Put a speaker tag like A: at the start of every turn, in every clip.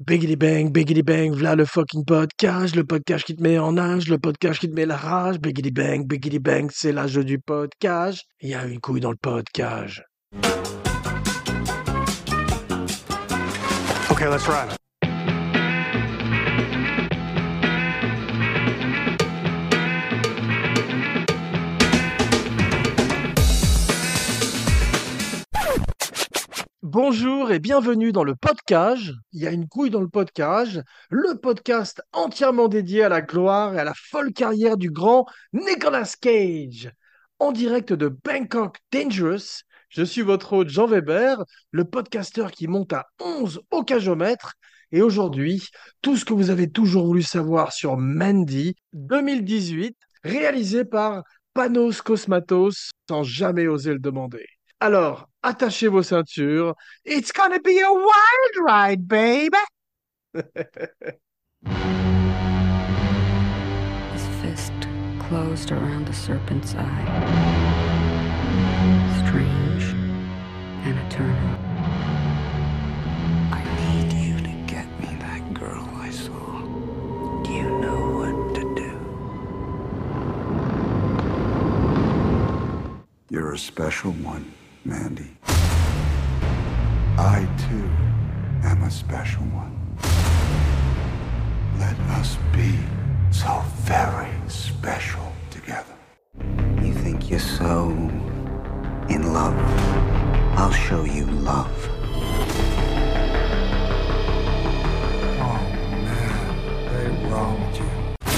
A: Biggity bang, v'là le podcast qui te met en âge, le podcast qui te met la rage. Biggity bang, c'est l'âge du podcast. Il y a une couille dans le podcast.
B: Okay, let's ride.
A: Bonjour et bienvenue dans le podcast. Il y a une couille dans le podcast. Le podcast entièrement dédié à la gloire et à la folle carrière du grand Nicolas Cage. En direct de Bangkok Dangerous, je suis votre hôte Jean Weber, le podcasteur qui monte à 11 au cagomètre. Et aujourd'hui, tout ce que vous avez toujours voulu savoir sur Mandy 2018, réalisé par Panos Cosmatos sans jamais oser le demander. Alors, attachez vos ceintures. It's gonna be a wild ride, baby!
C: His fist closed around the serpent's eye. Strange and eternal.
D: I need you to get me that girl I saw. You know what to do. You're a special one, Mandy. I, too, am a special one. Let us be so very special together. You think you're so in love? I'll show you love. Oh, man, they're wrong with you.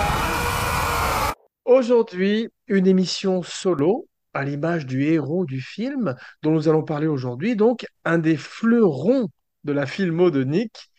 A: Aujourd'hui, une émission solo, à l'image du héros du film dont nous allons parler aujourd'hui, donc un des fleurons de la filmo de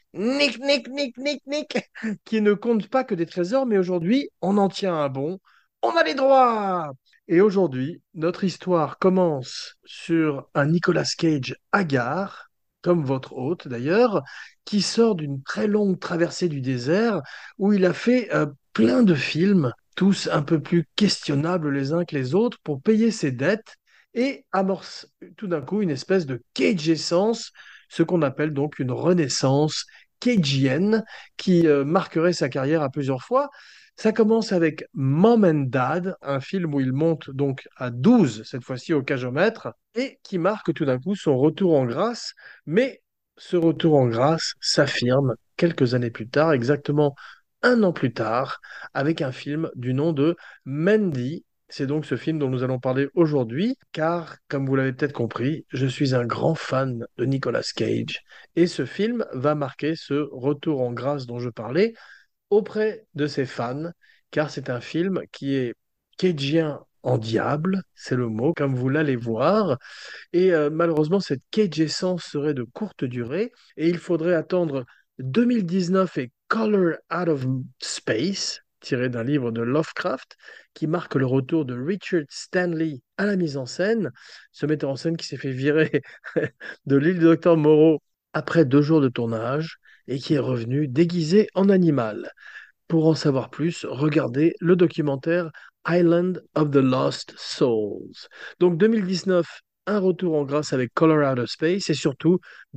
A: Nick, qui ne compte pas que des trésors, mais aujourd'hui, on en tient un bon, on a les droits! Et aujourd'hui, notre histoire commence sur un Nicolas Cage hagard, comme votre hôte d'ailleurs, qui sort d'une très longue traversée du désert où il a fait plein de films, tous un peu plus questionnables les uns que les autres, pour payer ses dettes et amorce tout d'un coup une espèce de Cage-essence, ce qu'on appelle donc une renaissance cagienne qui marquerait sa carrière à plusieurs fois. Ça commence avec Mom and Dad, un film où il monte donc à 12, cette fois-ci au cagomètre, et qui marque tout d'un coup son retour en grâce. Mais ce retour en grâce s'affirme quelques années plus tard, exactement un an plus tard, avec un film du nom de Mandy. C'est donc ce film dont nous allons parler aujourd'hui, car, comme vous l'avez peut-être compris, je suis un grand fan de Nicolas Cage, et ce film va marquer ce retour en grâce dont je parlais auprès de ses fans, car c'est un film qui est cagien en diable, c'est le mot, comme vous l'allez voir, et malheureusement, cette Cage-essence serait de courte durée et il faudrait attendre 2019 et Color Out of Space, tiré d'un livre de Lovecraft, qui marque le retour de Richard Stanley à la mise en scène, ce metteur en scène qui s'est fait virer de l'île du Docteur Moreau après 2 jours de tournage et qui est revenu déguisé en animal. Pour en savoir plus, regardez le documentaire Island of the Lost Souls. Donc 2019, un retour en grâce avec Colorado Space et surtout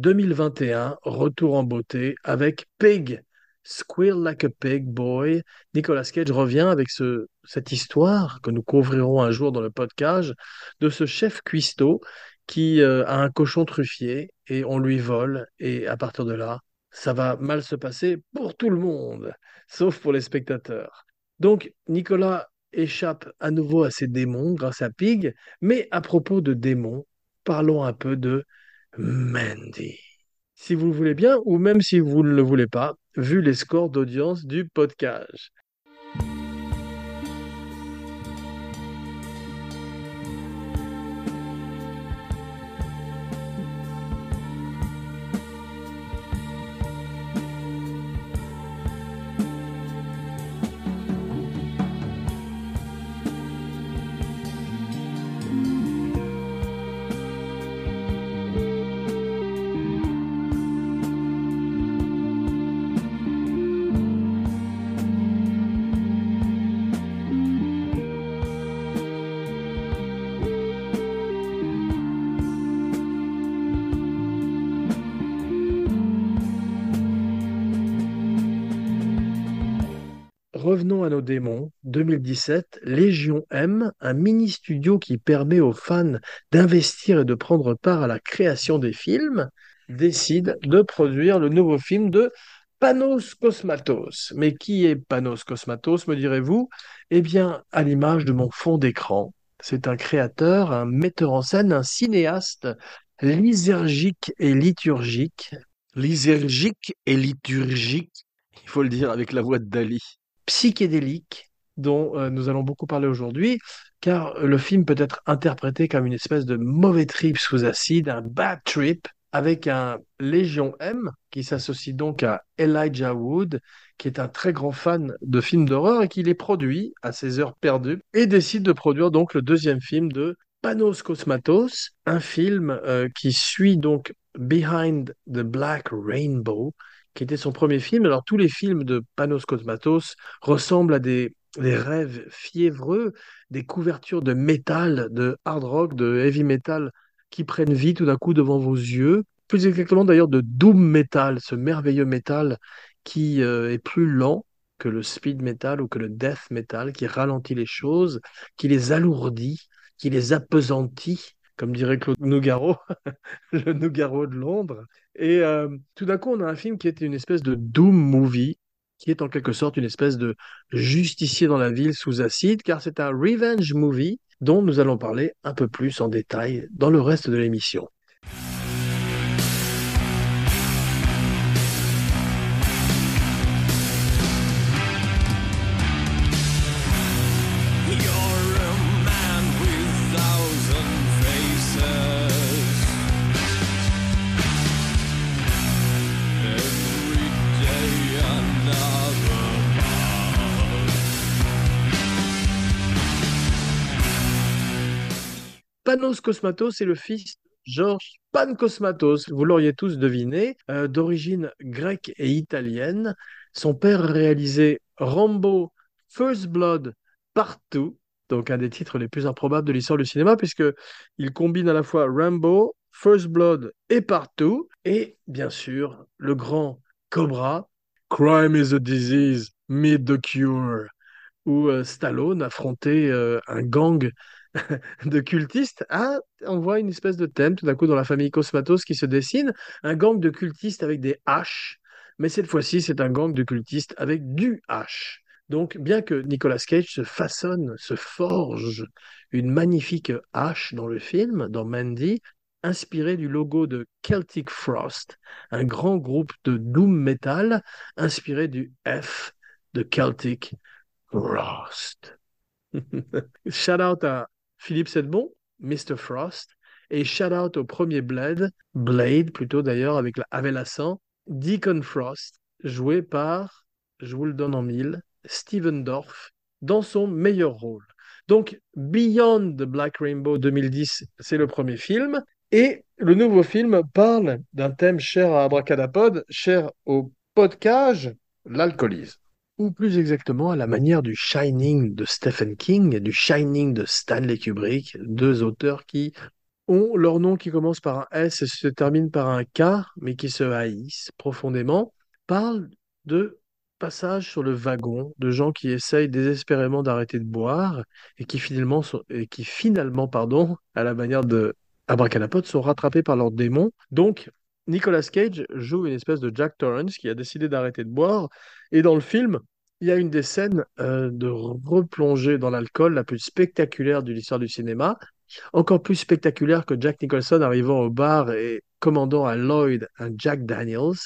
A: 2021, retour en beauté avec Pig, Squeal Like a Pig Boy. Nicolas Cage revient avec cette histoire que nous couvrirons un jour dans le podcast de ce chef cuistot qui a un cochon truffier et on lui vole et à partir de là, ça va mal se passer pour tout le monde, sauf pour les spectateurs. Donc Nicolas échappe à nouveau à ses démons grâce à Pig, mais à propos de démons, parlons un peu de Mandy. Si vous le voulez bien, ou même si vous ne le voulez pas, vu les scores d'audience du podcast. revenons à nos démons. 2017, Légion M, un mini-studio qui permet aux fans d'investir et de prendre part à la création des films, décide de produire le nouveau film de Panos Cosmatos. Mais qui est Panos Cosmatos, me direz-vous? Eh bien, à l'image de mon fond d'écran, c'est un créateur, un metteur en scène, un cinéaste lysergique et liturgique. Lysergique et liturgique, il faut le dire avec la voix de Dali. Psychédélique, dont nous allons beaucoup parler aujourd'hui, car le film peut être interprété comme une espèce de mauvais trip sous acide, un bad trip, avec un Légion M, qui s'associe donc à Elijah Wood, qui est un très grand fan de films d'horreur et qui les produit à ses heures perdues, et décide de produire donc le deuxième film de Panos Cosmatos, un film qui suit donc Behind the Black Rainbow, qui était son premier film. Alors tous les films de Panos Cosmatos ressemblent à des rêves fiévreux, des couvertures de métal, de hard rock, de heavy metal qui prennent vie tout d'un coup devant vos yeux. Plus exactement d'ailleurs de doom metal, ce merveilleux métal qui est plus lent que le speed metal ou que le death metal, qui ralentit les choses, qui les alourdit, qui les appesantit, comme dirait Claude Nougaro, le Nougaro de Londres. Et tout d'un coup, on a un film qui est une espèce de doom movie, qui est en quelque sorte une espèce de justicier dans la ville sous acide, car c'est un revenge movie dont nous allons parler un peu plus en détail dans le reste de l'émission. Panos Cosmatos est le fils de George Pancosmatos, vous l'auriez tous deviné, d'origine grecque et italienne. Son père a réalisé Rambo, First Blood, Partout, donc un des titres les plus improbables de l'histoire du cinéma, puisqu'il combine à la fois Rambo, First Blood et Partout, et bien sûr le grand Cobra, Crime is a Disease, Meet the Cure, où Stallone affrontait un gang de cultistes. Ah, on voit une espèce de thème tout d'un coup dans la famille Cosmatos qui se dessine, un gang de cultistes avec des haches, mais cette fois-ci c'est un gang de cultistes avec du hache. Donc bien que Nicolas Cage se façonne, se forge une magnifique hache dans le film, dans Mandy, inspiré du logo de Celtic Frost, un grand groupe de doom metal inspiré du F de Celtic Frost. Shout out à Philippe Sedbon, Mr. Frost, et shout out au premier Blade plutôt d'ailleurs, avec l'accent, Deacon Frost, joué par, je vous le donne en mille, Steven Dorff, dans son meilleur rôle. Donc, Beyond the Black Rainbow 2010, c'est le premier film, et le nouveau film parle d'un thème cher à Abracadapod, cher au podcast, l'alcoolisme. Ou plus exactement à la manière du Shining de Stephen King et du Shining de Stanley Kubrick, deux auteurs qui ont leur nom qui commence par un S et se termine par un K, mais qui se haïssent profondément, parlent de passage sur le wagon, de gens qui essayent désespérément d'arrêter de boire et qui finalement, à la manière de Abracadapod, sont rattrapés par leurs démons. Donc, Nicolas Cage joue une espèce de Jack Torrance qui a décidé d'arrêter de boire. Et dans le film, il y a une des scènes de replonger dans l'alcool la plus spectaculaire de l'histoire du cinéma. Encore plus spectaculaire que Jack Nicholson arrivant au bar et commandant à Lloyd un Jack Daniels.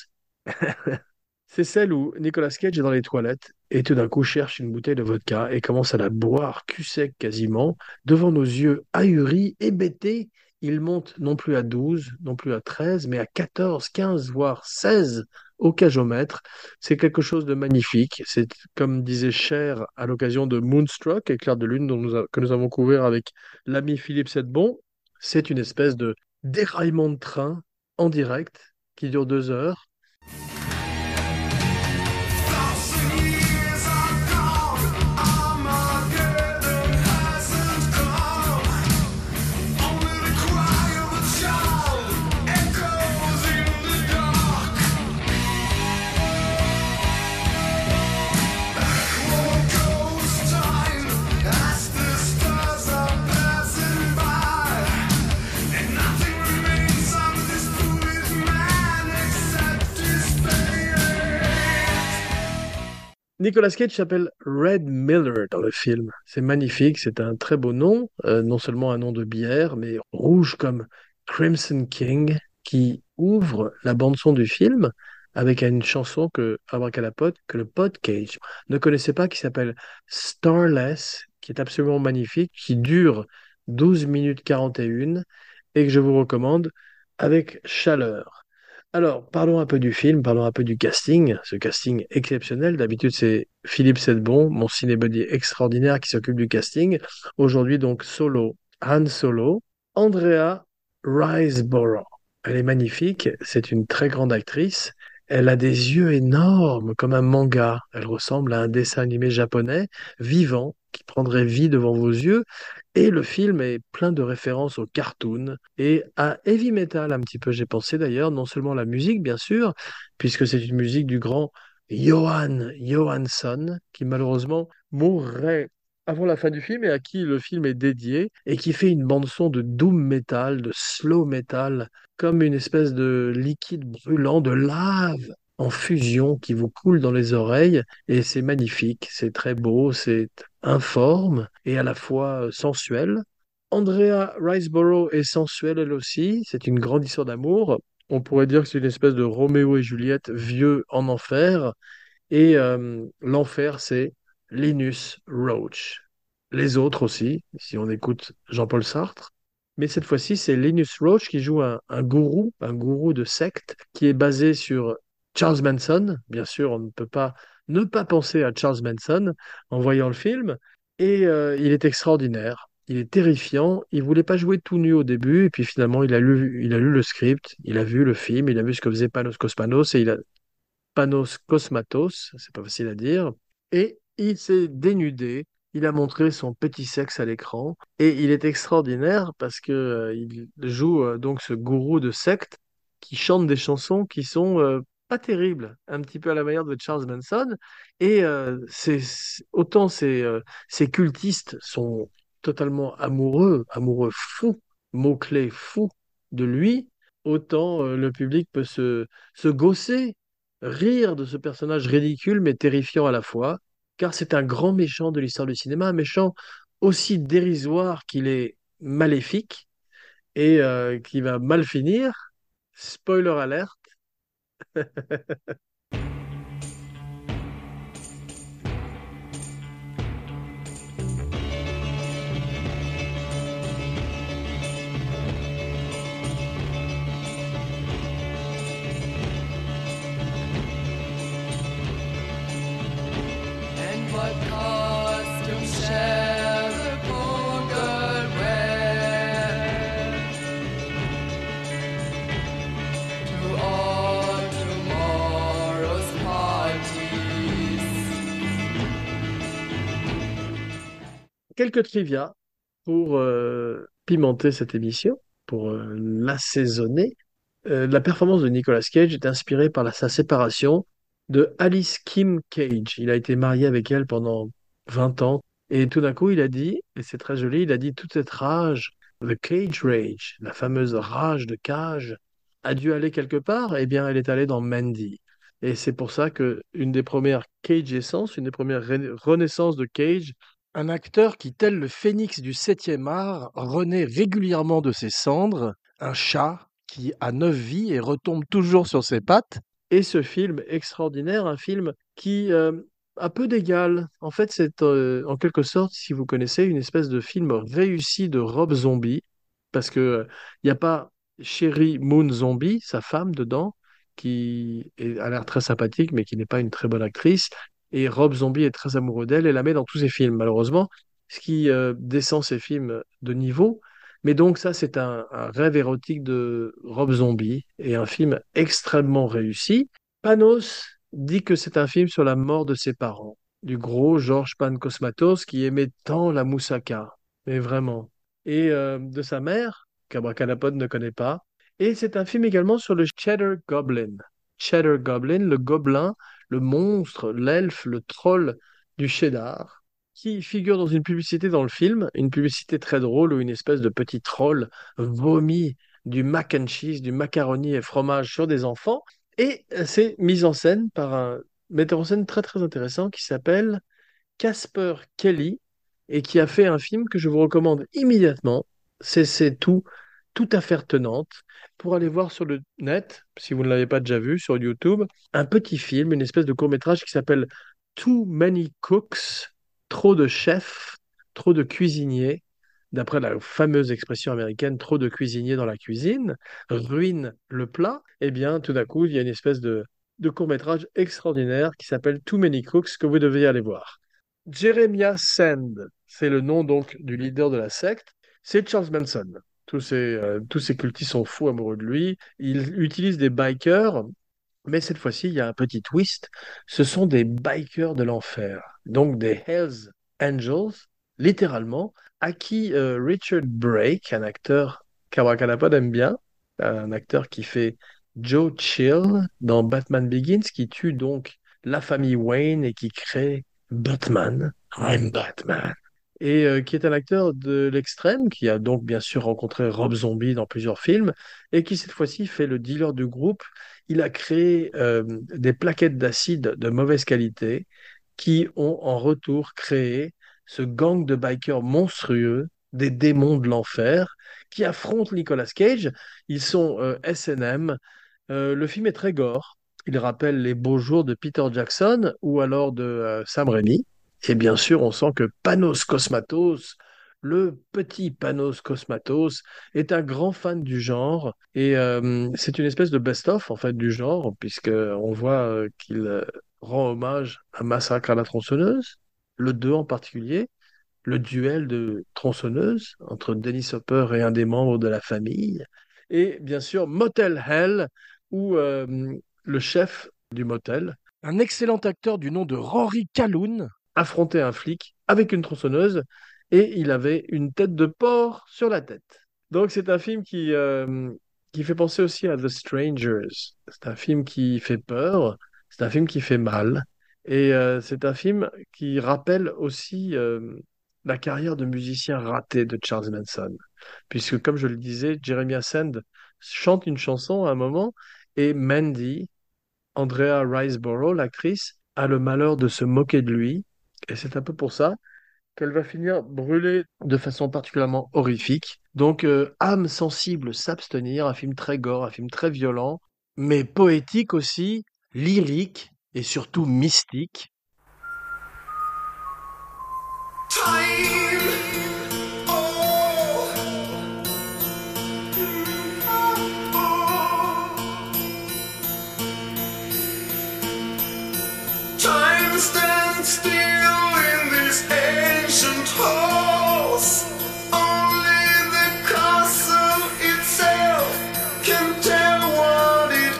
A: C'est celle où Nicolas Cage est dans les toilettes et tout d'un coup cherche une bouteille de vodka et commence à la boire cul sec quasiment, devant nos yeux ahuris, hébétés. Il monte non plus à 12, non plus à 13, mais à 14, 15, voire 16 au cagomètre. C'est quelque chose de magnifique. C'est comme disait Cher à l'occasion de Moonstruck, Éclair de lune, que nous avons couvert avec l'ami Philippe Sedbon. C'est une espèce de déraillement de train en direct qui dure 2 heures. Nicolas Cage s'appelle Red Miller dans le film. C'est magnifique, c'est un très beau nom, non seulement un nom de bière, mais rouge comme Crimson King, qui ouvre la bande-son du film avec une chanson que Abracadapod, que le pod Cage ne connaissait pas, qui s'appelle Starless, qui est absolument magnifique, qui dure 12 minutes 41 et que je vous recommande avec chaleur. Alors, parlons un peu du film, parlons un peu du casting, ce casting exceptionnel. D'habitude, c'est Philippe Sedbon, mon cinébody extraordinaire qui s'occupe du casting. Aujourd'hui, donc, Han Solo, Andrea Riseborough. Elle est magnifique, c'est une très grande actrice. Elle a des yeux énormes, comme un manga. Elle ressemble à un dessin animé japonais, vivant, qui prendrait vie devant vos yeux. Et le film est plein de références au cartoon et à heavy metal un petit peu. J'ai pensé d'ailleurs, non seulement la musique, bien sûr, puisque c'est une musique du grand Johan Johansson, qui malheureusement mourrait avant la fin du film et à qui le film est dédié, et qui fait une bande-son de doom metal, de slow metal, comme une espèce de liquide brûlant, de lave en fusion qui vous coule dans les oreilles, et c'est magnifique, c'est très beau, c'est informe et à la fois sensuelle. Andrea Riseborough est sensuelle elle aussi, c'est une grande histoire d'amour. On pourrait dire que c'est une espèce de Roméo et Juliette vieux en enfer. Et l'enfer, c'est Linus Roach. Les autres aussi, si on écoute Jean-Paul Sartre. Mais cette fois-ci, c'est Linus Roach qui joue un gourou de secte qui est basé sur Charles Manson. Bien sûr, on ne peut pas ne pas penser à Charles Manson en voyant le film. Et il est extraordinaire. Il est terrifiant. Il voulait pas jouer tout nu au début. Et puis finalement, il a lu le script, il a vu le film, il a vu ce que faisait Panos Cosmanos et il a Panos Cosmatos, c'est pas facile à dire, et il s'est dénudé, il a montré son petit sexe à l'écran, et il est extraordinaire parce que il joue donc ce gourou de secte qui chante des chansons qui sont pas terribles, un petit peu à la manière de Charles Manson, et autant ces cultistes sont totalement amoureux fous, mot-clé fou de lui, autant le public peut se gausser, rire de ce personnage ridicule mais terrifiant à la fois, car c'est un grand méchant de l'histoire du cinéma, un méchant aussi dérisoire qu'il est maléfique et qui va mal finir. Spoiler alert.
B: And what costume shall the poor girl wear to all tomorrow's parties?
A: Quelques trivia pour pimenter cette émission, pour l'assaisonner. La performance de Nicolas Cage est inspirée par sa séparation de Alice Kim Cage. Il a été marié avec elle pendant 20 ans. Et tout d'un coup, il a dit, et c'est très joli, il a dit toute cette rage, the Cage Rage, la fameuse rage de Cage, a dû aller quelque part. Eh bien, elle est allée dans Mandy. Et c'est pour ça que une des premières Cage essences, une des premières renaissances de Cage, un acteur qui, tel le phénix du septième art, renaît régulièrement de ses cendres, un chat qui a 9 vies et retombe toujours sur ses pattes. Et ce film extraordinaire, un film qui a peu d'égal. En fait, c'est en quelque sorte, si vous connaissez, une espèce de film réussi de Rob Zombie, parce que il n'y a pas Sherry Moon Zombie, sa femme, dedans, a l'air très sympathique, mais qui n'est pas une très bonne actrice. Et Rob Zombie est très amoureux d'elle et la met dans tous ses films, malheureusement, ce qui descend ses films de niveau. Mais donc ça, c'est un rêve érotique de Rob Zombie et un film extrêmement réussi. Panos dit que c'est un film sur la mort de ses parents, du gros Georges Pancosmatos qui aimait tant la moussaka, mais vraiment. Et de sa mère, qu'Abracadapod ne connaît pas. Et c'est un film également sur le Cheddar Goblin. Cheddar Goblin, le gobelin, le monstre, l'elfe, le troll du Cheddar, qui figure dans une publicité dans le film, une publicité très drôle où une espèce de petit troll vomit du mac and cheese, du macaroni et fromage sur des enfants. Et c'est mis en scène par un metteur en scène très très intéressant qui s'appelle Casper Kelly et qui a fait un film que je vous recommande immédiatement. C'est tout affaire tenante pour aller voir sur le net, si vous ne l'avez pas déjà vu, sur YouTube, un petit film, une espèce de court-métrage qui s'appelle Too Many Cooks, trop de chefs, trop de cuisiniers. D'après la fameuse expression américaine, trop de cuisiniers dans la cuisine, ruine le plat. Eh bien, tout d'un coup, il y a une espèce de court-métrage extraordinaire qui s'appelle Too Many Cooks que vous devriez aller voir. Jeremiah Sand, c'est le nom donc du leader de la secte, c'est Charles Manson. Tous ces cultistes sont fous amoureux de lui. Il utilise des bikers, mais cette fois-ci, il y a un petit twist. Ce sont des bikers de l'enfer, donc des Hells Angels, littéralement, à qui Richard Brake, un acteur qu'Abracadapod aime bien, un acteur qui fait Joe Chill dans Batman Begins, qui tue donc la famille Wayne et qui crée Batman. I'm Batman. Et qui est un acteur de l'extrême, qui a donc bien sûr rencontré Rob Zombie dans plusieurs films, et qui cette fois-ci fait le dealer du groupe. Il a créé des plaquettes d'acide de mauvaise qualité qui ont en retour créé ce gang de bikers monstrueux, des démons de l'enfer, qui affrontent Nicolas Cage. Ils sont S&M. Le film est très gore. Il rappelle les beaux jours de Peter Jackson ou alors de Sam Raimi. Et bien sûr, on sent que Panos Cosmatos, le petit Panos Cosmatos, est un grand fan du genre. Et c'est une espèce de best-of en fait du genre, puisque on voit qu'il rend hommage à Massacre à la tronçonneuse, le 2 en particulier, le duel de tronçonneuse entre Dennis Hopper et un des membres de la famille, et bien sûr Motel Hell, où le chef du motel, un excellent acteur du nom de Rory Calhoun, affrontait un flic avec une tronçonneuse et il avait une tête de porc sur la tête. Donc c'est un film qui fait penser aussi à The Strangers. C'est un film qui fait peur, c'est un film qui fait mal. Et c'est un film qui rappelle aussi la carrière de musicien raté de Charles Manson. Puisque, comme je le disais, Jeremiah Sand chante une chanson à un moment et Mandy, Andrea Riseborough, l'actrice, a le malheur de se moquer de lui. Et c'est un peu pour ça qu'elle va finir brûlée de façon particulièrement horrifique. Donc, âme sensible, s'abstenir, un film très gore, un film très violent, mais poétique aussi, lyrique et surtout mystique.
B: Time stands still in this ancient halls. Only the castle itself can tell what it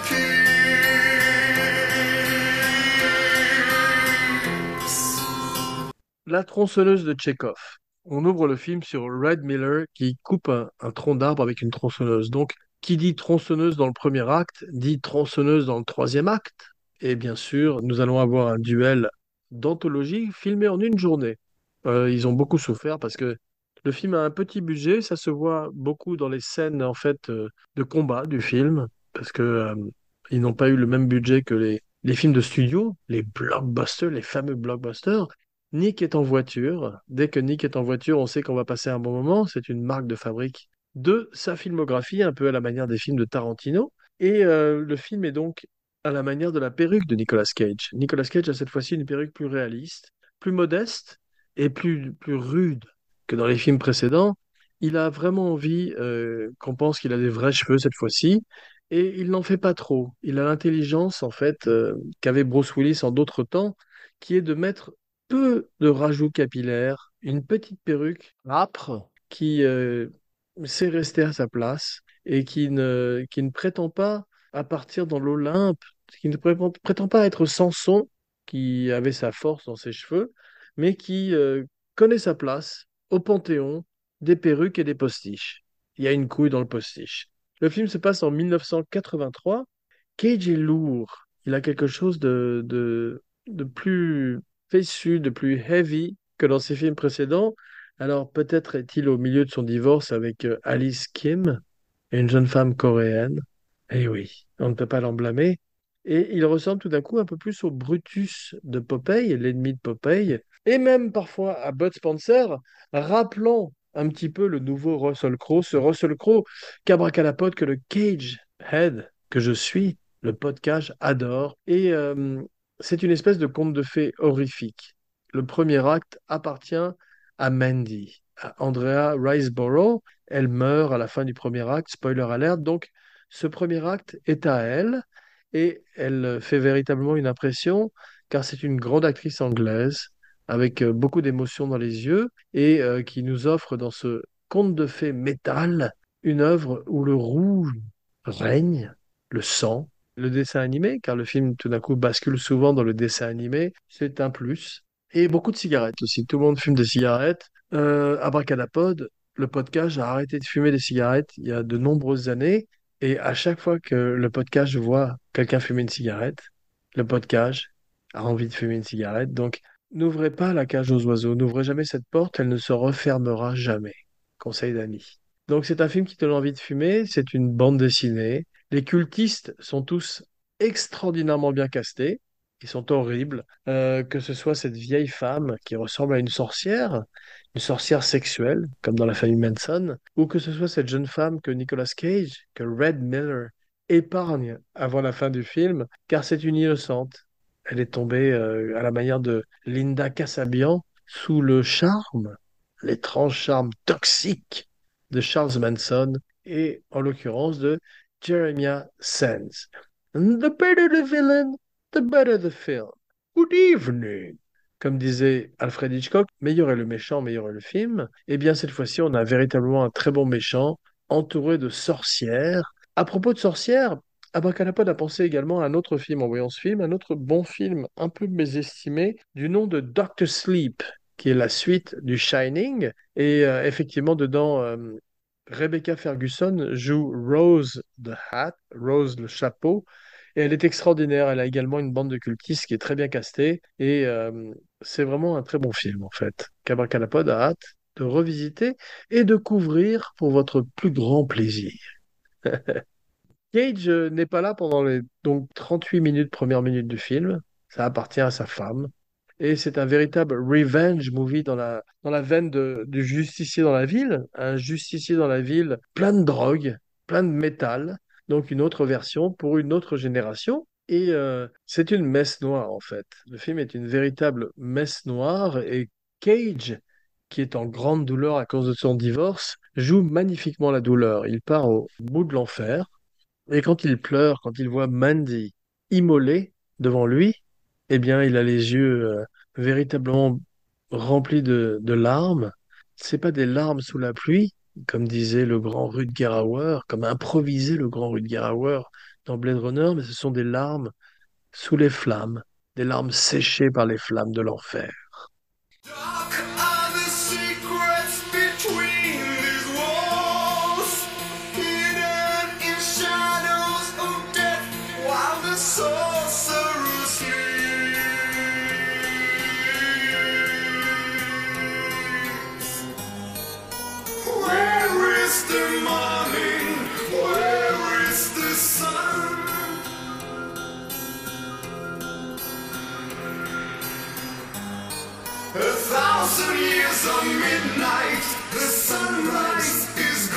B: keeps.
A: La tronçonneuse de Tchekhov. On ouvre le film sur Red Miller qui coupe un tronc d'arbre avec une tronçonneuse. Donc, qui dit tronçonneuse dans le premier acte, dit tronçonneuse dans le troisième acte. Et bien sûr, nous allons avoir un duel d'anthologie filmé en une journée. Ils ont beaucoup souffert parce que le film a un petit budget, ça se voit beaucoup dans les scènes en fait de combat du film, parce que ils n'ont pas eu le même budget que les films de studio, les blockbusters, les fameux blockbusters. Nick est en voiture. Dès que Nick est en voiture, on sait qu'on va passer un bon moment. C'est une marque de fabrique de sa filmographie, un peu à la manière des films de Tarantino. Et le film est donc à la manière de la perruque de Nicolas Cage. Nicolas Cage a cette fois-ci une perruque plus réaliste, plus modeste et plus rude que dans les films précédents. Il a vraiment envie qu'on pense qu'il a des vrais cheveux cette fois-ci. Et il n'en fait pas trop. Il a l'intelligence, en fait, qu'avait Bruce Willis en d'autres temps, qui est de mettre peu de rajouts capillaires, une petite perruque âpre qui sait rester à sa place et qui ne prétend pas à partir dans l'Olympe, qui ne prétend pas être Samson, qui avait sa force dans ses cheveux, mais qui connaît sa place au Panthéon des perruques et des postiches. Il y a une couille dans le postiche. Le film se passe en 1983. Cage est lourd. Il a quelque chose de plus fessu, de plus heavy que dans ses films précédents. Alors peut-être est-il au milieu de son divorce avec Alice Kim, une jeune femme coréenne. Eh oui, on ne peut pas l'en blâmer. et il ressemble tout d'un coup un peu plus au Brutus de Popeye, l'ennemi de Popeye, et même parfois à Bud Spencer, rappelant un petit peu le nouveau Russell Crowe, ce Russell Crowe qu'abracadapote que le Cage Head que je suis, le podcast adore, et c'est une espèce de conte de fées horrifique. Le premier acte appartient à Mandy, à Andrea Riseborough. Elle meurt à la fin du premier acte, spoiler alert. Donc, ce premier acte est à elle et elle fait véritablement une impression car c'est une grande actrice anglaise avec beaucoup d'émotions dans les yeux et qui nous offre dans ce conte de fées métal une œuvre où le rouge règne, le sang, le dessin animé, car le film tout d'un coup bascule souvent dans le dessin animé, c'est un plus. Et beaucoup de cigarettes aussi. Tout le monde fume des cigarettes. Abracadapod, le podcast a arrêté de fumer des cigarettes il y a de nombreuses années. Et à chaque fois que le podcast voit quelqu'un fumer une cigarette, le podcast a envie de fumer une cigarette. Donc, n'ouvrez pas la cage aux oiseaux. N'ouvrez jamais cette porte. Elle ne se refermera jamais. Conseil d'amis. Donc, c'est un film qui te donne envie de fumer. C'est une bande dessinée. Les cultistes sont tous extraordinairement bien castés. Ils sont horribles. Que ce soit cette vieille femme qui ressemble à une sorcière sexuelle, comme dans la famille Manson, ou que ce soit cette jeune femme que Nicolas Cage, que Red Miller épargne avant la fin du film, car c'est une innocente. Elle est tombée à la manière de Linda Kasabian sous le charme, l'étrange charme toxique de Charles Manson et en l'occurrence de Jeremiah Sands. The better the villain, the better the film. Good evening. Comme disait Alfred Hitchcock, meilleur est le méchant, meilleur est le film. Eh bien, cette fois-ci, on a véritablement un très bon méchant, entouré de sorcières. À propos de sorcières, Abracadapod a pensé également à un autre film en voyant ce film, un autre bon film un peu mésestimé, du nom de Doctor Sleep, qui est la suite du Shining. Et effectivement, dedans, Rebecca Ferguson joue Rose the Hat, Rose le chapeau, et elle est extraordinaire. Elle a également une bande de cultistes qui est très bien castée, et c'est vraiment un très bon film en fait. Cabracalapod a hâte de revisiter et de couvrir pour votre plus grand plaisir. Cage n'est pas là pendant les donc 38 minutes, premières minutes du film. Ça appartient à sa femme. Et c'est un véritable revenge movie dans la veine du justicier dans la ville. Un justicier dans la ville plein de drogue, plein de métal. Donc une autre version pour une autre génération. Et c'est une messe noire en fait. Le film est une véritable messe noire et Cage, qui est en grande douleur à cause de son divorce, joue magnifiquement la douleur. Il part au bout de l'enfer et quand il pleure, quand il voit Mandy immolée devant lui, eh bien, il a les yeux véritablement remplis de larmes. C'est pas des larmes sous la pluie, comme disait le grand Rutger Hauer, comme improvisait le grand Rutger Hauer dans Blade Runner, mais ce sont des larmes sous les flammes, des larmes séchées par les flammes de l'enfer.
B: Dark are the secrets between these walls, hidden in shadows of death, while the sorcerer sleeps. Where is the morning? Where is the sun? A thousand years of midnight, the sunrise is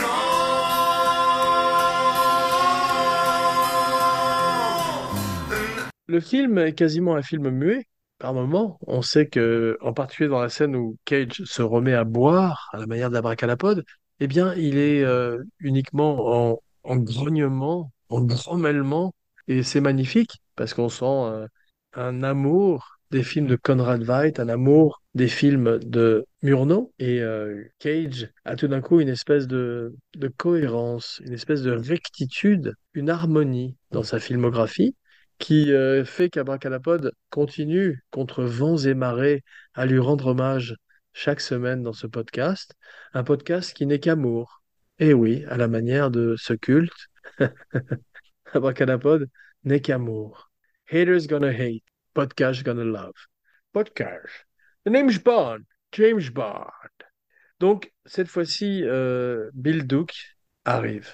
B: gone.
A: Le film est quasiment un film muet. Par moments, on sait que, en particulier dans la scène où Cage se remet à boire à la manière d'Abracadapod, eh bien, il est uniquement en grognement, en grommellement, et c'est magnifique parce qu'on sent un amour des films de Conrad Veidt, un amour des films de Murnau, et Cage a tout d'un coup une espèce de cohérence, une espèce de rectitude, une harmonie dans sa filmographie qui fait qu'Abracadapod continue contre vents et marées à lui rendre hommage chaque semaine dans ce podcast, un podcast qui n'est qu'amour. Et oui, à la manière de ce culte, Abracadapod n'est qu'amour. Haters gonna hate, podcast gonna love. Podcast. The name's Bond, James Bond. Donc, cette fois-ci, Bill Duke arrive.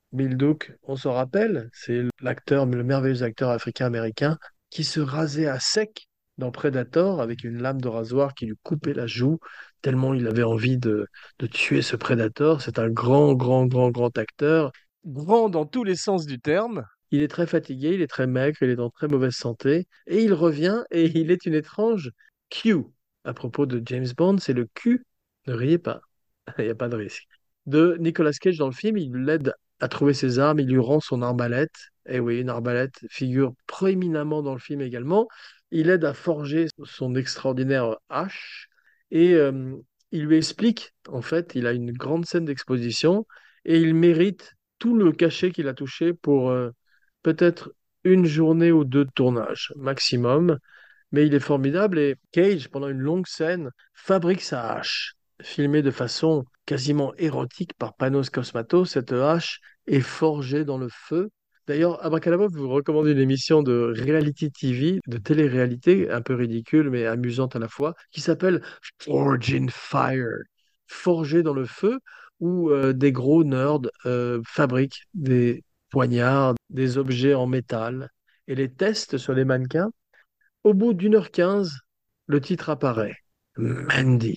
A: Bill Duke, on s'en rappelle, c'est l'acteur, le merveilleux acteur africain-américain qui se rasait à sec dans Predator avec une lame de rasoir qui lui coupait la joue tellement il avait envie de tuer ce Predator. C'est un grand, grand, grand, grand acteur, grand dans tous les sens du terme. Il est très fatigué, il est très maigre, il est en très mauvaise santé et il revient et il est une étrange Q. À propos de James Bond, c'est le Q. Ne riez pas, il n'y a pas de risque. De Nicolas Cage dans le film, il l'aide à trouver ses armes, il lui rend son arbalète. Et oui, une arbalète figure proéminemment dans le film également. Il aide à forger son extraordinaire hache et il lui explique, en fait, il a une grande scène d'exposition et il mérite tout le cachet qu'il a touché pour peut-être une journée ou deux de tournage maximum. Mais il est formidable et Cage, pendant une longue scène, fabrique sa hache. Filmée de façon quasiment érotique par Panos Cosmatos, cette hache est forgée dans le feu. D'ailleurs, Abracadabra vous recommande une émission de reality TV, de télé-réalité, un peu ridicule mais amusante à la fois, qui s'appelle Forge in Fire, forgée dans le feu, où des gros nerds fabriquent des poignards, des objets en métal et les testent sur les mannequins. Au bout d'1h15, le titre apparaît. Mandy.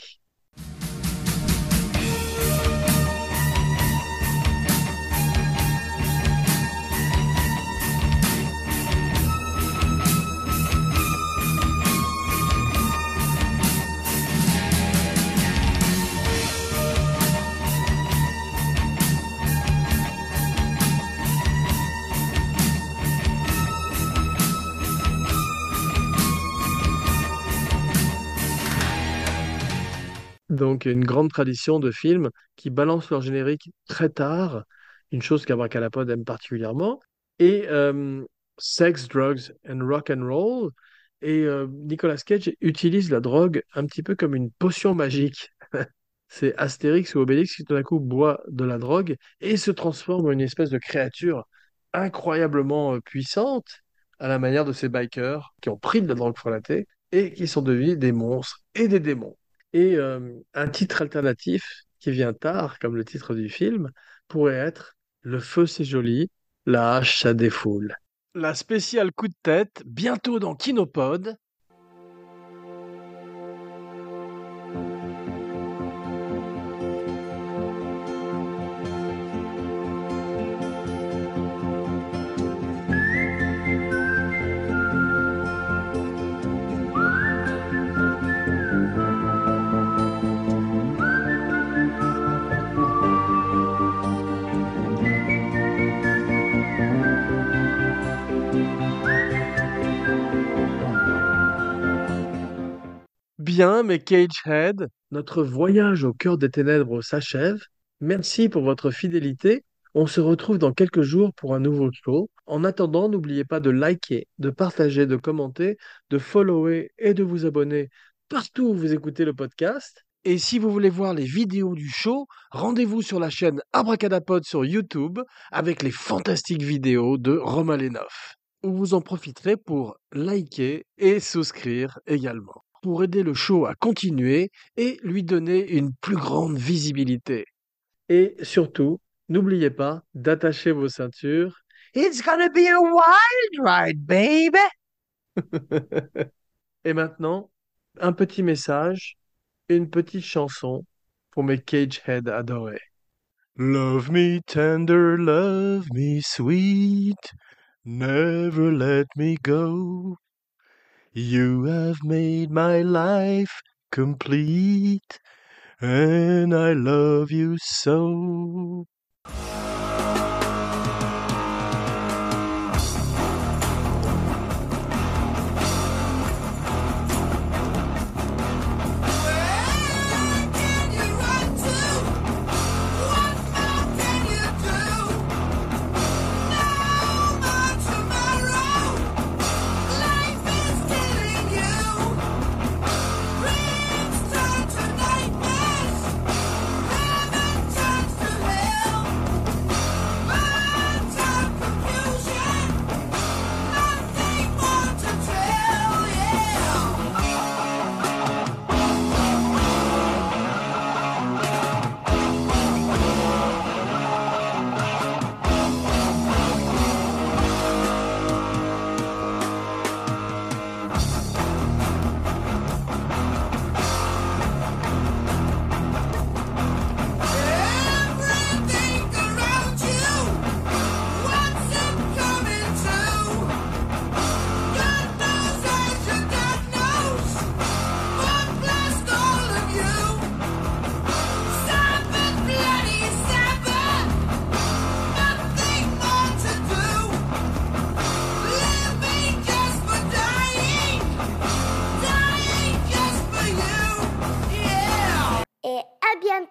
A: Donc, une grande tradition de films qui balancent leur générique très tard, une chose qu'Abracadapod aime particulièrement, et Sex, Drugs and Rock and Roll. Et Nicolas Cage utilise la drogue un petit peu comme une potion magique. C'est Astérix ou Obélix qui tout d'un coup boit de la drogue et se transforme en une espèce de créature incroyablement puissante, à la manière de ces bikers qui ont pris de la drogue frelatée et qui sont devenus des monstres et des démons. Et un titre alternatif qui vient tard, comme le titre du film, pourrait être Le feu c'est joli, la hache ça défoule. La spéciale coup de tête, bientôt dans Kinopod. Bien, mais Cagehead, notre voyage au cœur des ténèbres s'achève. Merci pour votre fidélité. On se retrouve dans quelques jours pour un nouveau show. En attendant, n'oubliez pas de liker, de partager, de commenter, de follower et de vous abonner partout où vous écoutez le podcast. Et si vous voulez voir les vidéos du show, rendez-vous sur la chaîne Abracadapod sur YouTube avec les fantastiques vidéos de Romain Lenoff, où vous en profiterez pour liker et souscrire également, pour aider le show à continuer et lui donner une plus grande visibilité. Et surtout, n'oubliez pas d'attacher vos ceintures. It's gonna be a wild ride, baby! Et maintenant, un petit message, une petite chanson pour mes Cagehead adorés. Love me tender, love me sweet, never let me go. You have made my life complete, and I love you so.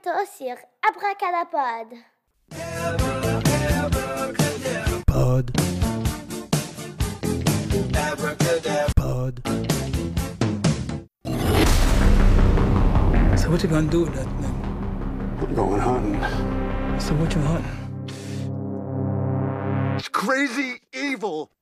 E: bientôt sur Abracadapod.
F: Pod. Pod. So what you gonna do with that thing?
D: I'm going hunting.
F: So what you hunting?
B: It's crazy evil.